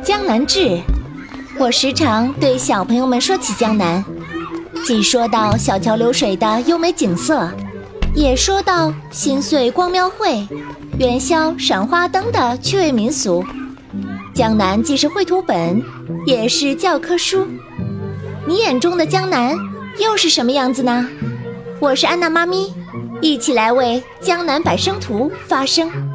江南志，我时常对小朋友们说起江南，既说到小桥流水的优美景色，也说到新岁光庙会、元宵赏花灯的趣味民俗。江南既是绘图本，也是教科书。你眼中的江南又是什么样子呢？我是安娜妈咪，一起来为江南百声图发声。